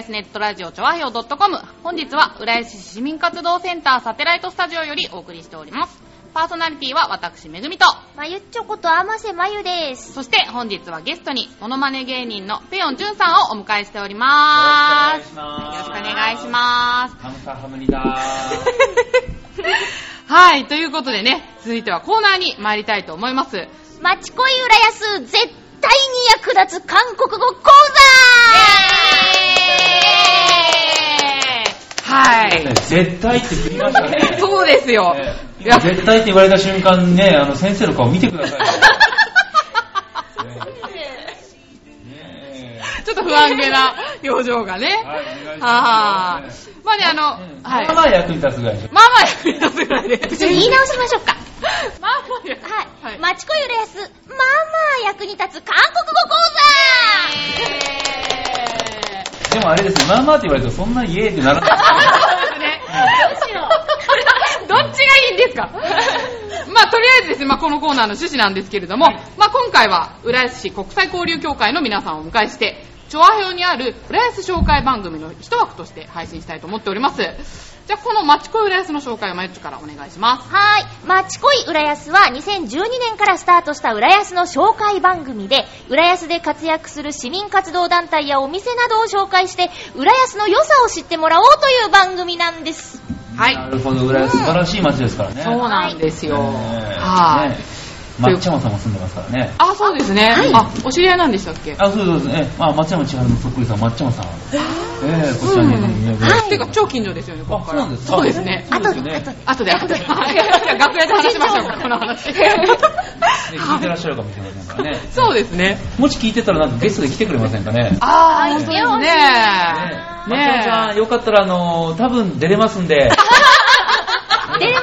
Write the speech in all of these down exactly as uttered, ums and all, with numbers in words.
安ネットラジオちょわひょう .com。 本日は浦安市市民活動センターサテライトスタジオよりお送りしております。パーソナリティは私めぐみとまゆっちょことあませまゆです。 そして本日はゲストにモノマネ芸人のペヨンジュンさんをお迎えしております。よろしくお願いします。 ハムサハムニダーはい、ということでね、続いてはコーナーに参りたいと思います。 まちこい浦安絶対に役立つ韓国語講座。 はい、 絶対って言いましたね。 そうですよ、 えー、いや絶対って言われた瞬間ね、あの先生の顔見てください、ねね、 ちょっと不安げな表情がね。はい、お願いします。まあね、あの、うん、はい、 まあまあ役に立つぐらいでしょ。 まあまあ役に立つぐらいで。 言い直しましょうか。 まあまあ役、 はい、はい、まちこい浦安、まあまあ役に立つ韓国語講座。 でもあれですね、まあまあって言われるとそんなイエーってならない。 そうですね。どっちのどっちがいいんですか。まあとりあえずですね、まあ、このコーナーの趣旨なんですけれども、はい、まあ、今回は浦安市国際交流協会の皆さんをお迎えして、チョアヘオにある浦安紹介番組の一枠として配信したいと思っております。じゃあこのまちこい浦安の紹介をまゆっちからお願いします。 はい、まちこい浦安はにせんじゅうにねんからスタートした浦安の紹介番組で、浦安で活躍する市民活動団体やお店などを紹介して浦安の良さを知ってもらおうという番組なんです。 はい、なるほど。浦安素晴らしい街ですからね、 うん、そうなんですよ、はい、 はい、ね、松山さんも住んでますからね。 あ、そうですね、はい、あ、お知り合いなんでしたっけ。 あ、そうですね、まあ、松山千春のそっくりさん、松山さん、えー、こちらに、ね、 うん、はい、てか超近所ですよね、ここから。 あ、そうなんです。 そうですね。 あとで、 あとで、あとで、楽屋で話しましょうか、この話。ね、 聞いてらっしゃるかもしれませんからね。 そうですね。 もし聞いてたら、なんかゲストで来てくれませんかね。 あー、本当ですね。 松山さん、よかったら、あの、多分出れますんで。 出れます。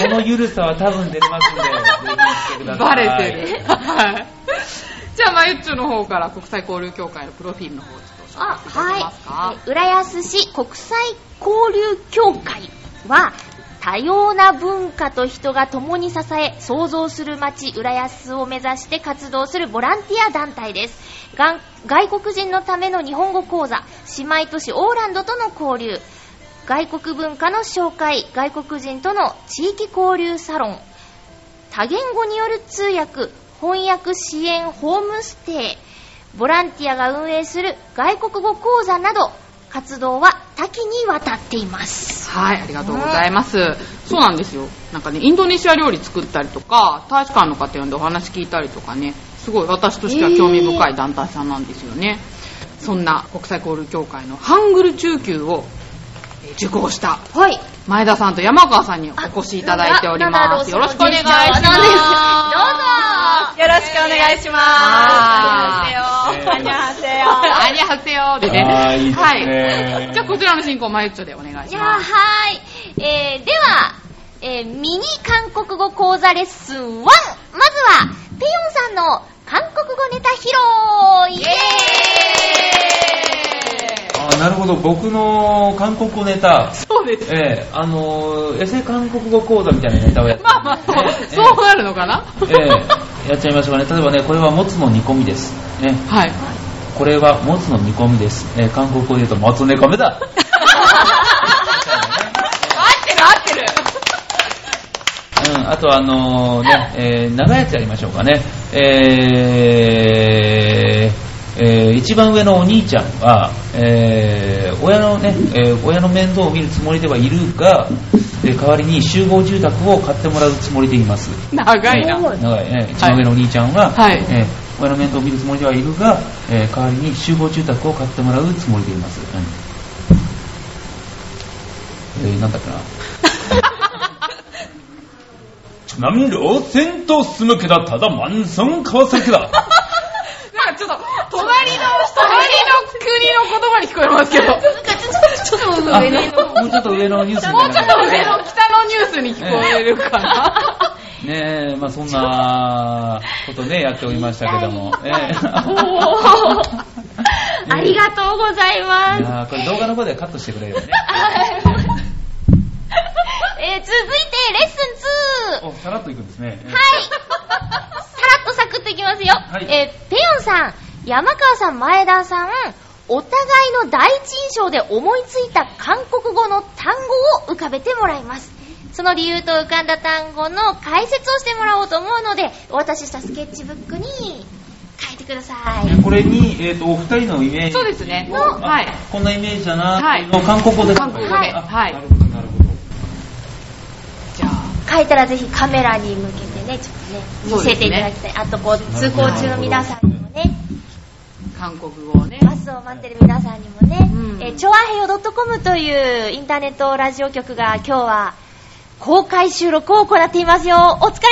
このゆるさは多分出れますんで、ぜひ来てください。 バレてる。はい。じゃあ、まゆっちょの方から国際交流協会のプロフィールの方をちょっと紹介していただけますか。 はい、浦安市国際交流協会は、多様な文化と人が共に支え、創造する街浦安を目指して活動するボランティア団体です。外国人のための日本語講座、姉妹都市オーランドとの交流、外国文化の紹介、外国人との地域交流サロン、多言語による通訳、翻訳支援ホームステイ、ボランティアが運営する外国語講座など、活動は多岐にわたっています。 はい、ありがとうございます。うん、そうなんですよ。なんかね、インドネシア料理作ったりとか、大使館の方呼んでお話聞いたりとかね、すごい私としては興味深い団体さんなんですよね。えー、そんな国際交流協会のハングル中級を受講した前田さんと山川さんにお越しいただいております。よろしくお願いします。どうぞ。 よろしくお願いします。アニャハセヨ。 アニャハセヨでね。 はい。 はい。じゃあこちらの進行まゆっちょでお願いします。 じゃあはい。えー、では、えー、ミニ韓国語講座レッスンワン。まずはペヨンさんの韓国語ネタ披露。イエーイ。 あ、なるほど。僕の韓国語ネタ。 そうです。 えー、あのー、エセ韓国語講座みたいなネタをやって。 まあまあ、そう、えー、そうなるのかな。 えー、やっちゃいましょうかね。例えばね、これはもつの煮込みです。ね。 はい。 これはもつの煮込みです。えー、韓国語で言うともつねこめだ。合ってる合ってる。 うん、あとあのー、ね、えー、長いやつやりましょうかね。えーえー、一番上のお兄ちゃんは、えー、親のね、えー、親の面倒を見るつもりではいるが、で代わりに集合住宅を買ってもらうつもりでいます。 長いな。 長いね。一番上のお兄ちゃんは、 はい、 えー、親の面倒を見るつもりではいるが、えー、代わりに集合住宅を買ってもらうつもりでいます。うん、えー、なんだっけな。남로 센터 스무케다 타다 만성 카와사키다. ちょっと隣の隣の国の言葉に聞こえますけど、 ちょっと上のもうちょっと上のニュースもうちょっと上の北のニュースに聞こえるかな。 ねえ、まあそんなことねやっておりましたけども、えー、 ありがとうございます。 いやこれ動画の方でカットしてくれるよね。 えー、続いてレッスンツー。 お、さらっといくんですね。はい。 さらっとサクッといきますよ。はい、えー、ペヨンさん、山川さん、前田さん、大お互いの第一印象で思いついた韓国語の単語を浮かべてもらいます。その理由と浮かんだ単語の解説をしてもらおうと思うので、お渡ししたスケッチブックに書いてください。 これに、えー、とお二人のイメージ。 そうですね。 はい。こんなイメージだな、 はい、 の韓国語で。 韓国語で。はい。 はい、なるほど、なるほど。 じゃあ。 書いたらぜひカメラに向けてね、ちょっとね、見せていただきたい。ね、あとこう、通行中の皆さんにもね。 韓国語をね。 バスを待ってる皆さんにもね。 うん、 えー、チョアヘヨ .com というインターネットラジオ局が今日は公開収録を行っていますよ。お疲れ様です、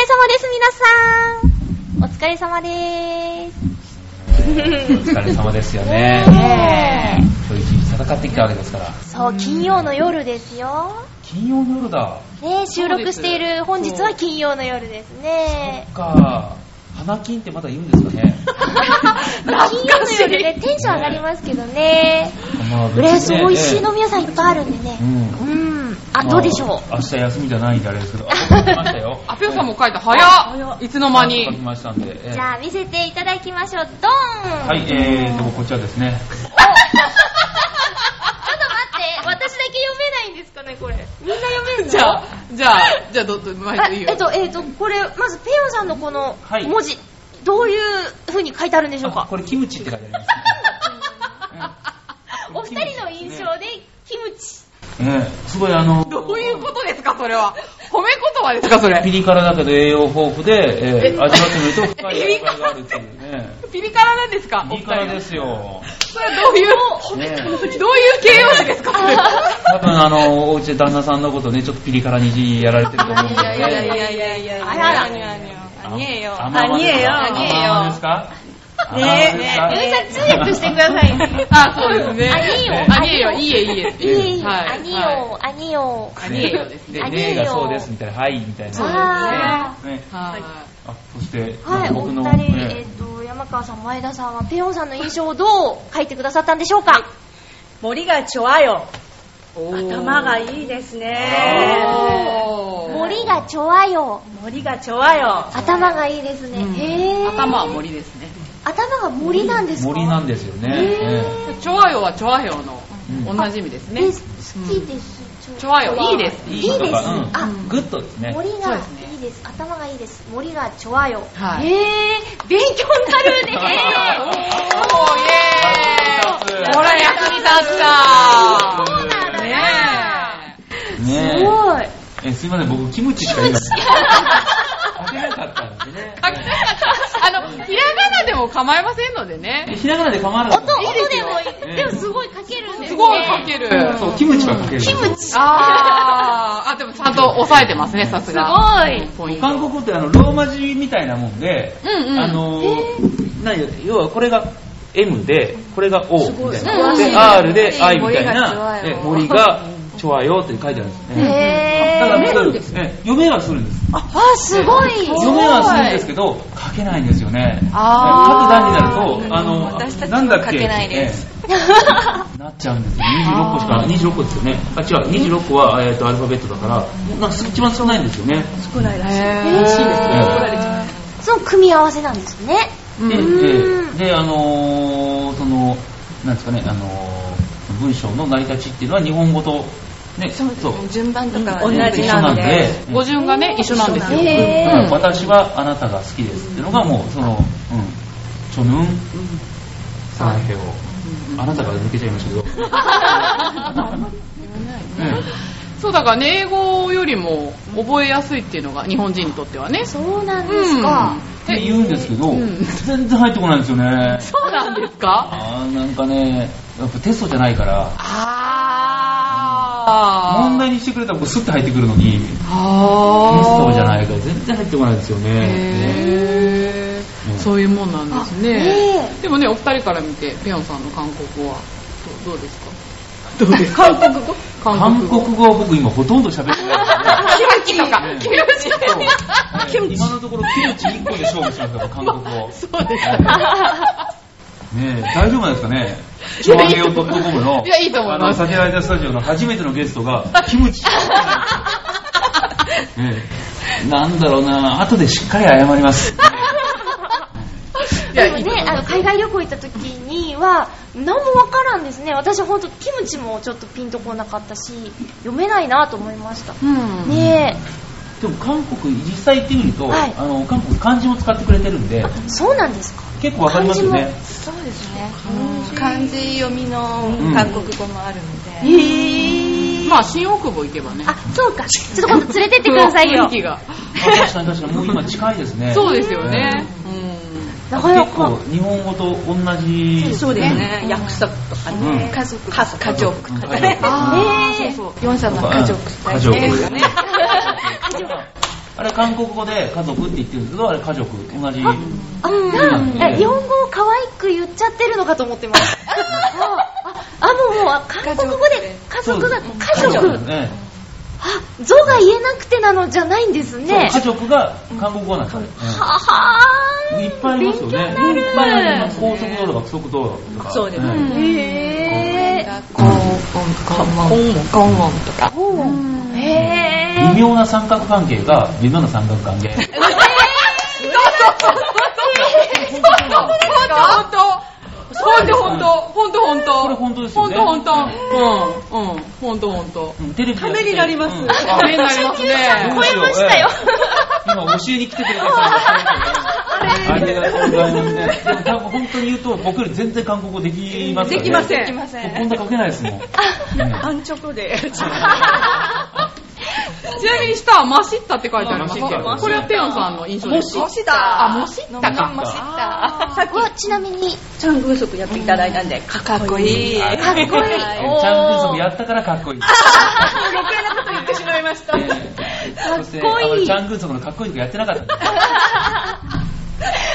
皆さん。お疲れ様でーす。 お疲れ様ですよね。 ね今日一日戦ってきたわけですから。 そう、金曜の夜ですよ。 金曜の夜だ。 ね、収録している本日は金曜の夜ですね。 そっか。花金ってまだ言うんですかね。 金曜の夜ね、テンション上がりますけどね。浦安美味しい飲み屋さんいっぱいあるんでね。うん。うん。あ、どうでしょう。 明日休みじゃないんであれですけど。あ、書きましたよ。 あ、ぴょんさんも書いた。早っ。いつの間に。 書きましたんで。 じゃあ見せていただきましょう。ドーン。 はい、えーと、こちらですね。 ちょっと待って、私だけ読めないんですかね、これ。みんな読めるの？ じゃあ、じゃあ、じゃあ、どっと、前といいよ。 えっと、えっと、これ、まず、ペヨンさんのこの文字、はい、どういう風に書いてあるんでしょうか？ これ、キムチって書いてあります、ね。 お二人の印象で、キムチ。 ね、すごいあのどういうことですかそれは。褒め言葉ですかそれ。 ピリ辛だけど栄養豊富で、えー、味わってみると深い味があるっていうね。 ピリ辛なんですか？ ピリ辛ですよ。 それはどういう、ね、どういう形容詞ですかそれ。 多分あのお家で旦那さんのことねちょっとピリ辛にやられてると思うんで、ね。 いやいやいやいやいや。あらあにゃあにゃ。あにえよ。 あにえよ。あにえよ。ですか？ ねえ、ねえ、通訳してくださいね。 あ、そうですね。 あにえよ。 あにえよ。いいえ、いいえ。 いいえ。あにえよ。あにえよ。 あにえよですね。 ねえがそうですみたいな。はいみたいな。 そうですね。 はい。あ、そして、 はい、僕の。お二人、えっと、山川さん、前田さんは、ペヨンさんの印象をどう書いてくださったんでしょうか？ 森がちょわよ。頭がいいですね。 森がちょわよ。 森がちょわよ。 頭がいいですね。へー。 頭は森ですね。 頭が森なんですか？ 森なんですよね。 チョアヨはチョアヘオの同じ意味ですね。 好きです。 チョアヨいいです。 いいです。 あ、グッドですね。 森がいいです。頭がいいです。森がチョアヨ。 はい。 へー、勉強になるね。 おー、イエーイ。ほら、役に立った。 そうなんだ。 ねえ。 すごい。 え、すいません、僕キムチしか言えない。書けなかったんですね。 書けなかった。あの、ひらがなでも構いませんのでね。 ひらがなで構わなかった。 音、音でもいい。でもすごい書けるんですね。 すごい書ける。 そう、キムチは書ける。 キムチ。 あー、あ、でもちゃんと押さえてますね、さすが。 すごい。 韓国語ってあの、ローマ字みたいなもんで、 うんうん。 あの、何要はこれが M で、これが O みたいな。で、R で I みたいな、森が、チョアヨって書いてあるんですね。 へー。 だから読めるんですね。読めはするんです。 あ、すごい。 読めはするんですけど、書けないんですよね。 あ書く段になると、あの、なんだっけ、 書けないです。 なっちゃうんですよ。にじゅうろっこしか、にじゅうろっこですよね。あ、違う、にじゅうろっこは、えっと、アルファベットだから、なんか一番少ないんですよね。 少ないらしい。 らしいですね。 怒られちゃう。 その組み合わせなんですね。 で、で、あの、その、なんですかね、あの、文章の成り立ちっていうのは日本語と、ね、 そうそう順番とか同じなんで、 語順がね一緒なんですよ。 だから私はあなたが好きですっていうのがもうその、うん、チョヌンサーヘをあなたから抜けちゃいましたけど。 そうだからね、英語よりも覚えやすいっていうのが日本人にとってはね。 そうなんですか。 って言うんですけど、全然入ってこないんですよね。 そうなんですか？ あーなんかね、やっぱテストじゃないから。 あ問題にしてくれたらスッと入ってくるのに、テスあトじゃないから全然入ってこないですよね。 へー、そういうもんなんですね。でもね、お二人から見てペヨンさんの韓国語はどうですか？どうですか？韓国語？ 韓国語は僕今ほとんど喋ってないキムチとかキムチと今のところキムチいっこで勝負しますから韓国語。 そうですかねえ、大丈夫なんですかね。チョアヘヨ .com の、 いや、いいと思います。 サテライトスタジオの初めてのゲストがキムチ。ねえ、なんだろうな、後でしっかり謝ります。 いや、でもね、あの書海外旅行行った時には何もわからんですね。私ほんとキムチもちょっとピンとこなかったし、読めないなと思いました。うん、ねえ。でも韓国実際行ってみると、はい、あの韓国漢字も使ってくれてるんで。 そうなんですか。 結構わかりますよね。 そうですね。漢字読みの韓国語もあるので。 へ、うん、えー。 まあ新大久保行けばね。 あ、そうか。ちょっと今度連れてってくださいよ。 雰囲気が。 確かに確かにもう今近いですね。 そうですよね。うん。 なかなか結構日本語と同じ。 そうですね。約束とかね。家族、家族とかね。 ああ、そうそう。 ヨンさんの家族。 家族ですね。あれ韓国語で家族って言ってるんですけど、あれ家族同じ。 あ、うん、日本語を可愛く言っちゃってるのかと思ってます。あ、もうもう韓国語で家族が家族。ね、あ、ゾが言えなくてなのじゃないんですね。 家族が韓国語なんですよ。 ははー。いっぱいありますよね。いっぱいあります。高速道路が不速道路とか。 そうですね。 へー。 高音、高音、高音とか。 へー。 微妙な三角関係が微妙な三角関係。 ほんとほんとほんとほんとこれ本当ですよね。 ほんとほんとうんうんほんとほんとテレビためになります。 ためになりますね。 超えましたよ。 今教えに来てくれた人がありがとうございますね。でも多分本当に言うと僕より全然韓国語できますよね。 できません。できません。 こんな書けないですもん。 安直で。 ちなみに下はマシッタって書いてあります。これはペヨンさんの印象ですか？ モシタ。 あ、モシッタか。 モシタ。 さっきはちなみにチャングンソクやっていただいたんで、かっこいい。 かっこいい。チャングンソクやったからかっこいい。 余計なこと言ってしまいました。 かっこいい。 チャングンソクのかっこいいとかやってなかった。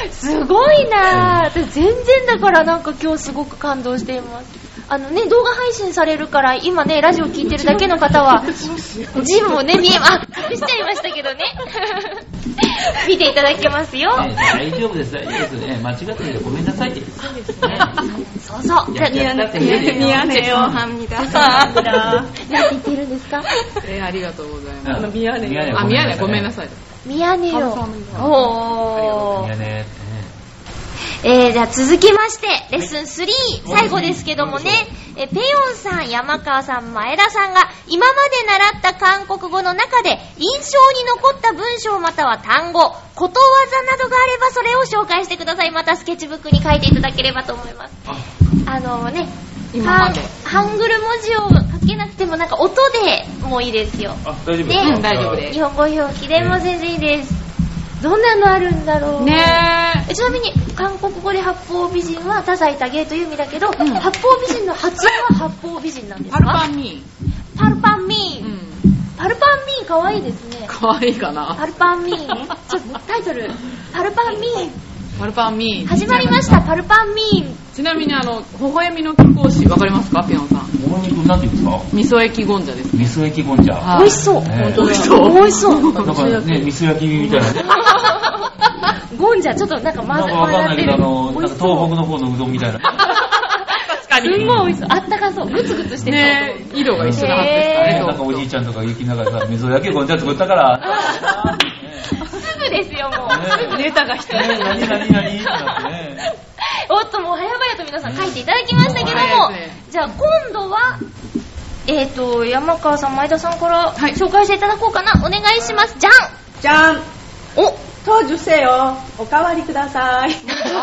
すごいなぁ。全然だからなんか今日すごく感動しています。あのね、動画配信されるから今ね、ラジオ聞いてるだけの方は字もね、見えま、あ、隠しちゃいましたけどね見ていただけますよ、 ね、大丈夫です、大丈夫ですね。間違ってるごめんなさいって。そうですね。 そうそう。 じゃあ、やったって見やねよ。なんて言ってるんですか？ えー、ありがとうございます。 みやねよ。 あ、みやね、ごめんなさい。 みやねよ。おー。 みやね。 えー、じゃあ続きまして、レッスンスリー、最後ですけどもね、えペヨンさん、山川さん、前田さんが今まで習った韓国語の中で印象に残った文章または単語、ことわざなどがあればそれを紹介してください。またスケッチブックに書いていただければと思います。あのね、 今までハングル文字を書けなくてもなんか音でもいいですよ。 あ、大丈夫です。 ね、 大丈夫です。 日本語表記でも全然いいです。どんなのあるんだろうねえ。 ちなみに韓国語で八方美人は多彩多芸という意味だけど、うん、八方美人の発音は八方美人なんですか？ パルパンミーン。パルパンミーン。うん、パルパンミーンかわいいですね。 かわいいかな。 パルパンミーン。ちょっとタイトル。パルパンミーン。 パルパンミーン。 始まりました。パルパンミーン。 ちなみにあの微笑みの貴公子わかりますか、ピヨンさん？ 微笑みなんて言うんですか？ 味噌焼きゴンジャです。 味噌焼きゴンジャ。 美味しそう。 ね、 美味しそう。美味しそう。 なんかね、味噌焼きみたいなね。 ゴンジャちょっとなんか混ぜわかんないけど、あのなんか東北の方のうどんみたいな。 確かに。 すんごい美味しそう。あったかそう。グツグツしてそう。 ね、色が一緒なはずですからね。 なんかおじいちゃんとか行きながらさ、味噌焼きゴンジャ作ったから。 すぐですよもう。ネタが必要。 何何何ってなってね。 おっともう早々と皆さん書いていただきましたけども、じゃあ今度はえっと山川さん、前田さんから紹介していただこうかな。お願いします。じゃんじゃん。 お、 当受せよ。おかわりください。お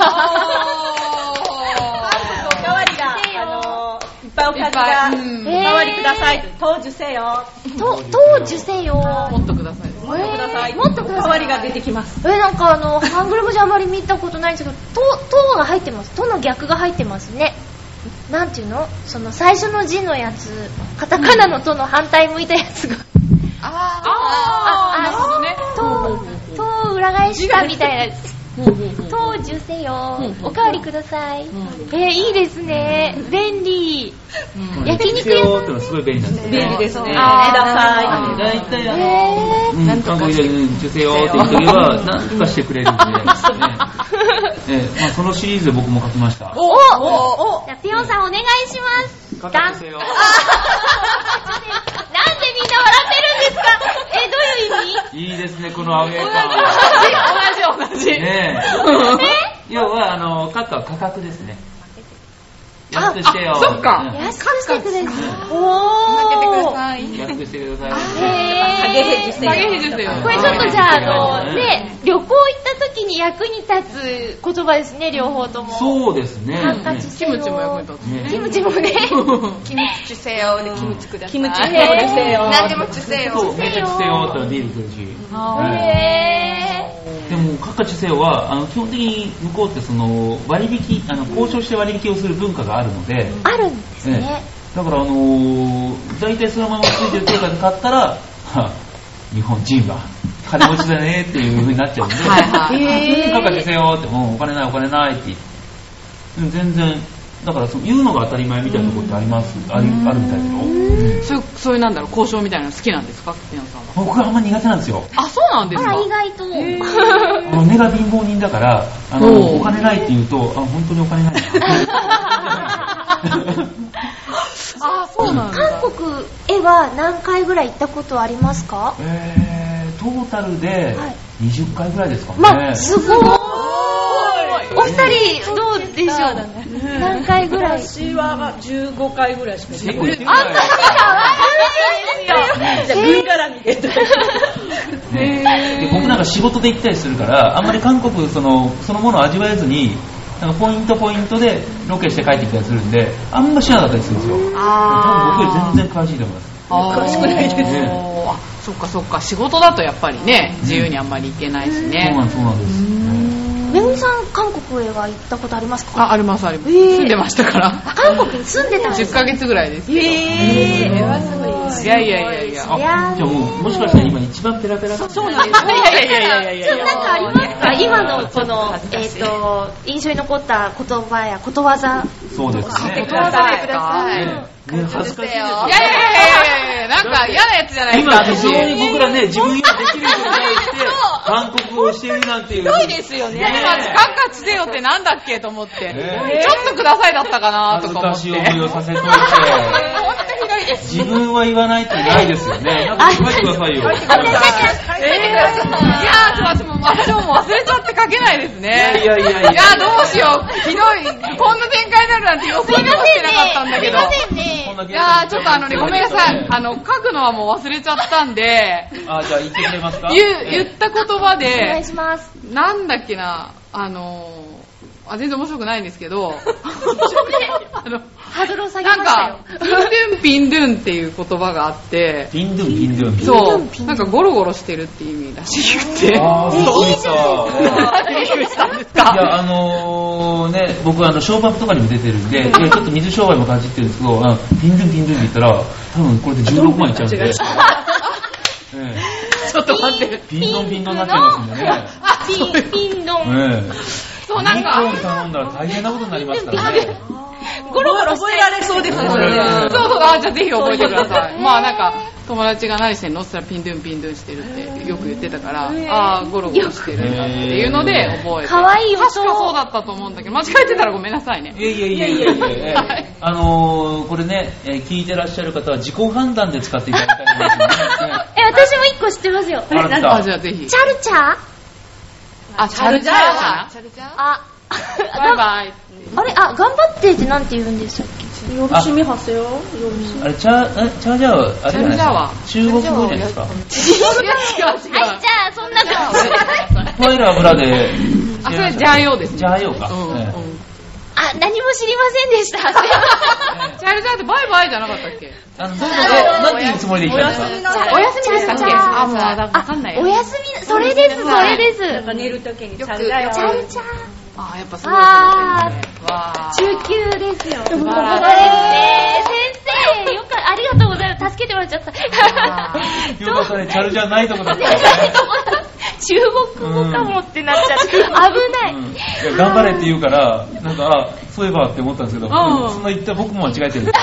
かわりがあのいっぱいおかずがおかわりください。当受せよ。 当受せよ。 もっとください。 もっとください。 もっとください。 おかわりが出てきます。 え、なんかあのハングル文字あまり見たことないんですけど、ととが入ってます。との逆が入ってますね。なんていうの？その最初の字のやつ、カタカナのとの反対向いたやつが。 ああ、あ、なるほどね。 とと裏返したみたいなやつ。と受せよ。おかわりください。え、いいですね。便利。焼肉屋さん。 すごい便利なんですね。 便利ですね。ください。だいたいあの、なんとかで受精よって言っておけば、なんとかしてくれるんで。え、まあそのシリーズで僕も書きました。 おお。じゃあピヨンさんお願いします。 書かせよ。 なんでみんな笑ってるんですか？え、どういう意味？いいですね、このアウェー感。 同じ同じ。 ねえ。要は、あの、書サッカーは価格ですね。安くしてよ。 そっか。 安くしてくれる。 おー。 安くしてください。 へー。 下げヘジせよ。 下げヘジせよ。 これちょっとじゃあ、あの、ね、旅行行った時に役に立つ言葉ですね、両方とも。 そうですね。 ハンカチキムチも役に立つね。 キムチもね。 キムチせよでキムチください。 キムチせよ。 何でもチせよ。 そう、めっちゃチせよってビールくるし。 へでも、カカチセヨは、あの、基本的に向こうってその、割引、あの、交渉して割引をする文化があるので、 ー。あるんですね。 ねだから、あのー、大体そのままついてる定価で買ったら、は日本人は金持ちだねっていう風になっちゃうんで、 はいはい。 カカチセヨって、もうお金ないお金ないって言って、全然、だからその言うのが当たり前みたいなところってあります、ありあるみたいですよ。うんそういう、そういうなんだろう、交渉みたいなの好きなんですか、皆さんは。 僕はあんま苦手なんですよ。 あ、そうなんですか。 あら、意外と。 あの根が貧乏人だから、あのおうお金ないって言うと、あ、本当にお金ないな。 あ、そうなんだ。 韓国へは何回ぐらい行ったことありますか？ えー、トータルでにじゅっかいぐらいですかね。 まあ、すごい。お二人、どうでしょう、何回ぐらい？ 私はじゅうごかいぐらいしか行って結構ない。 行ってるじゃないじゃあ、文絡みで。 で僕なんか仕事で行ったりするから、あんまり韓国その、そのものを味わえずに、なんかポイントポイントでロケして帰ってきたりするんで、あんま知らなかったりするんですよ。 あ多分僕より全然詳しいと思います。 詳しくないですねあ、そっかそっか。仕事だとやっぱりね、自由にあんまり行けないしそうね。 なんです、そうなんです。 めぐみさん、韓国へは行ったことありますか？ あ、ありますあります。 えー住んでましたから。 韓国に住んでたんで 10 すか？ ヶ月ぐらいですけど。 えー、それはすごい。 いやいやいやいや。 あ、じゃあもう、もしかしたら今一番ペラペラそうなんです。いやいやいやいやいやいや。 ちょっとなんかありますか？今のこの、えっと、印象に残った言葉やことわざ。 そうですね。 ことわざですか？ ねね恥ずかしいですよ。 いやいやいやいやいや、なんか嫌なやつじゃないですか。 今非常に僕らね、自分今できるように対して韓国語をしているなんていう。 ひどいですよね。 いや、今、カッカチせよってなんだっけと思って。 ねちょっとくださいだったかなとか思って。 恥ずかしい思いをさせといて。 本当にひどいです。 自分は言わないってないですよね。なんか書いてくださいよ。 えー、いやー、ちょっと私も、私ももう忘れちゃって書けないですね。 いやいやいやいやいや、どうしよう。ひどい。こんな展開になるなんて予想にもしてなかったんだけど。 すいませんね。 いやー、ちょっとあのね、ごめんなさい。あの、書くのはもう忘れちゃったんで、 あ、じゃあ言ってくれますか？ 言う、言った言葉お願いで、 します。 なんだっけな、あのー、あ、全然面白くないんですけど、あの、 ハードルを下げなんましたよか。、ピンドゥンピンドゥンっていう言葉があって、 ピンドゥンピンドゥン。 そう、なんかゴロゴロしてるっていう意味らしくて。 あー、びっくりした。 びっくりしたんですいや、 か？ あのー、ね、僕あの、ショーバップとかにも出てるんで、いやちょっと水商売もかじってるんですけど、あのピンドゥンピンドゥンって言ったら、多分これでじゅうろくまんいっちゃうんで、えちょっと待って。 えピンドンピンドンになっちゃいますんでね。 ピン、ピンドン。 ええそう、なんか、 日本頼んだら大変なことになりますからね。 ゴロゴロ覚えられそうですね、それね。 そうそう、あ、じゃあぜひ覚えてください。まあなんか、友達が何してんのって言ったらピンドゥンピンドゥンしてるってよく言ってたから、ああ、ゴロゴロしてるんだっていうので覚えて。 かわいい音。 確かそうだったと思うんだけど、間違えてたらごめんなさいね。 いやいやいやいやいやいや、 はいあのー、これね、えー聞いてらっしゃる方は自己判断で使っていただきたいと思いますね。 え、私も一個知ってますよ。 あら来たあ、じゃあぜひ。 チャルチャーあ、チャルチャーかチャルチャーあ、 な。バイバイ。 あれ、あ、頑張ってってなんて言うんでしたっけ？ よろしみはせよ。 あれ、チャー、えチャージャーは、あれじゃないですチャージャーはか。中国語じゃないですか。 いや、違う違う。 はい、じゃあ、そんな感じ。 ホイル油で、 あ、それジャーヨーですね。 ジャーヨーか。 うんうん。 えあ、何も知りませんでした。 チャルチャーってバイバイじゃなかったっけ？ えあの、どうぞ、えなんていうつもりで言ったんですか？ お休みでしたっけ？あ、もうわあかんないよ。 お休み、それです、それです。 なんか寝るときにチャルチチャー。 ャルチャー。 あ、やっぱそうあですね。わー。 中級ですよ。 晴らしいそうですね。先生、よく、ありがとうございます。助けてもらっちゃった。 よかったね、チャルジャーないとこだったね。 中国語かもってなっちゃって、危ない。 うんいや頑張れって言うから、なんか、あ、そういえばって思ったんですけど、 んそんな言った僕も間違えてるんです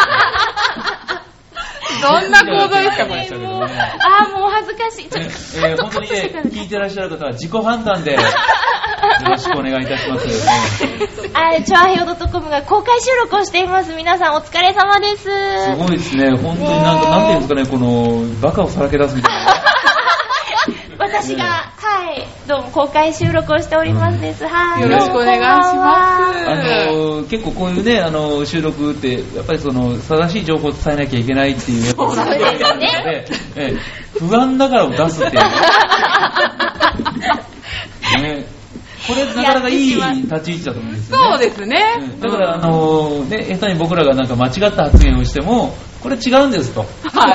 どんな講座ですか、これ。 けどねあー、もう恥ずかしい。ちょっと、 えー本当にね、聞いてらっしゃる方は自己判断でよろしくお願いいたします。 あ、チョアヘオ .com が公開収録をしています。皆さんお疲れ様です。 すごいですね、本当になんか、なんていうんですかね、この、バカをさらけ出すみたいな。 私が、はい。 はい。どうも公開収録をしておりますです。はい。 よろしくお願いします。 あの結構こういうね、あの収録ってやっぱりその正しい情報を伝えなきゃいけないっていうやっぱりそうですね。 ええ、不安だからを出すっていう、ね、これなかなかいい立ち位置だと思うんですよね。 そうですね、 うん、だからあのね、下手に僕らがなんか間違った発言をしてもこれ違うんですと、はい、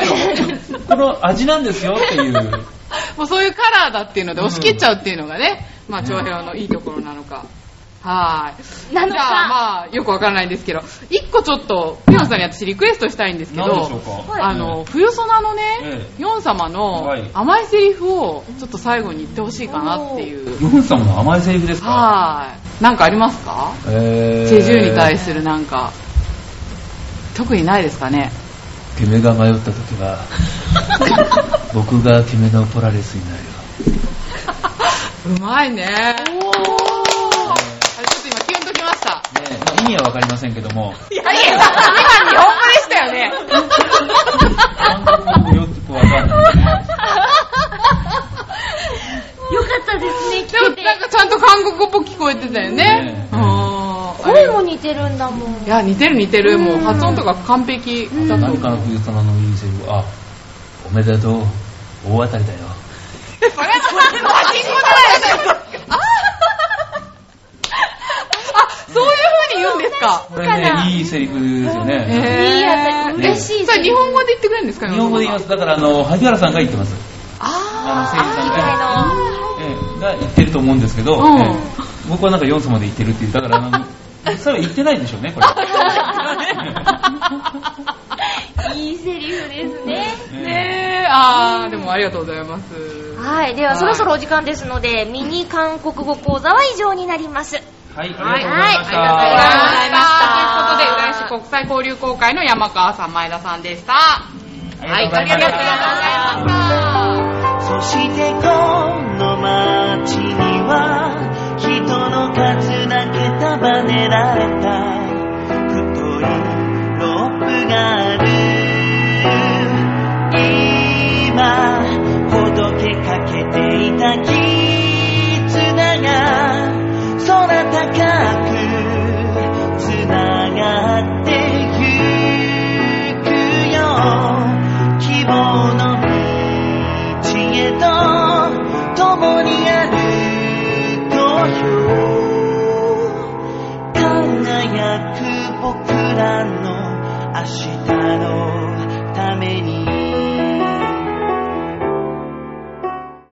この味なんですよっていうもうそういうカラーだっていうので押し切っちゃうっていうのがね、うん、まあ長平のいいところなのか、はい。 なのか。 じゃあまあよくわからないんですけど、一個ちょっとピヨンさんに私リクエストしたいんですけど、 何でしょうか。 あの、ええ、冬ソナのね、ええ、ヨン様の甘いセリフをちょっと最後に言ってほしいかなっていう。 ヨン様の甘いセリフですか。 はい。なんかありますか。 えー、 チェジュに対するなんか特にないですかね。 ケメが迷った時は僕がケメのポラレスになるよ。 うまいね。おー、ちょっと今キュンときました、 ね、まあ、意味はわかりませんけども、 いやいや今日本語でしたよね。 韓国語よくわかんない、ね、 よかったですね。 でもなんかちゃんと韓国語っぽく聞こえてたよね。ね、 あ、声も似てるんだもん。 いや似てる似てる、もう発音とか完璧だと思う。 何かの冬様のいいセリフ、あ、おめでとう、大当たりだよ。 それはパチンコじゃないですか。ああ、そういう風に言うんですか。 これね、いいセリフですよね。 いいやつ、嬉しい。 それ日本語で言ってくれるんですか。 日本語で言います。だからあの萩原さんが言ってます。 ああの声優さんが、ええ、が言ってると思うんですけど、 うん、 ええ、僕はなんかヨン様で言ってるっていう、だからあのそれは言ってないんでしょうね、これ。 いいセリフですね。 ねえ、あー、でもありがとうございます。 はい、ではそろそろお時間ですので、ミニ韓国語講座は以上になります。 はい、ありがとうございました。 はい、ありがとうございました。ということで、浦安国際交流公会の山川さん、前田さんでした。はい、ありがとうございました。 そしてこの街には人の数だけ束ねられた太いロープがある。今ほどけかけていた絆が空高くつながってゆくよ。希望の道へと共に歩こうよ。輝く僕らの明日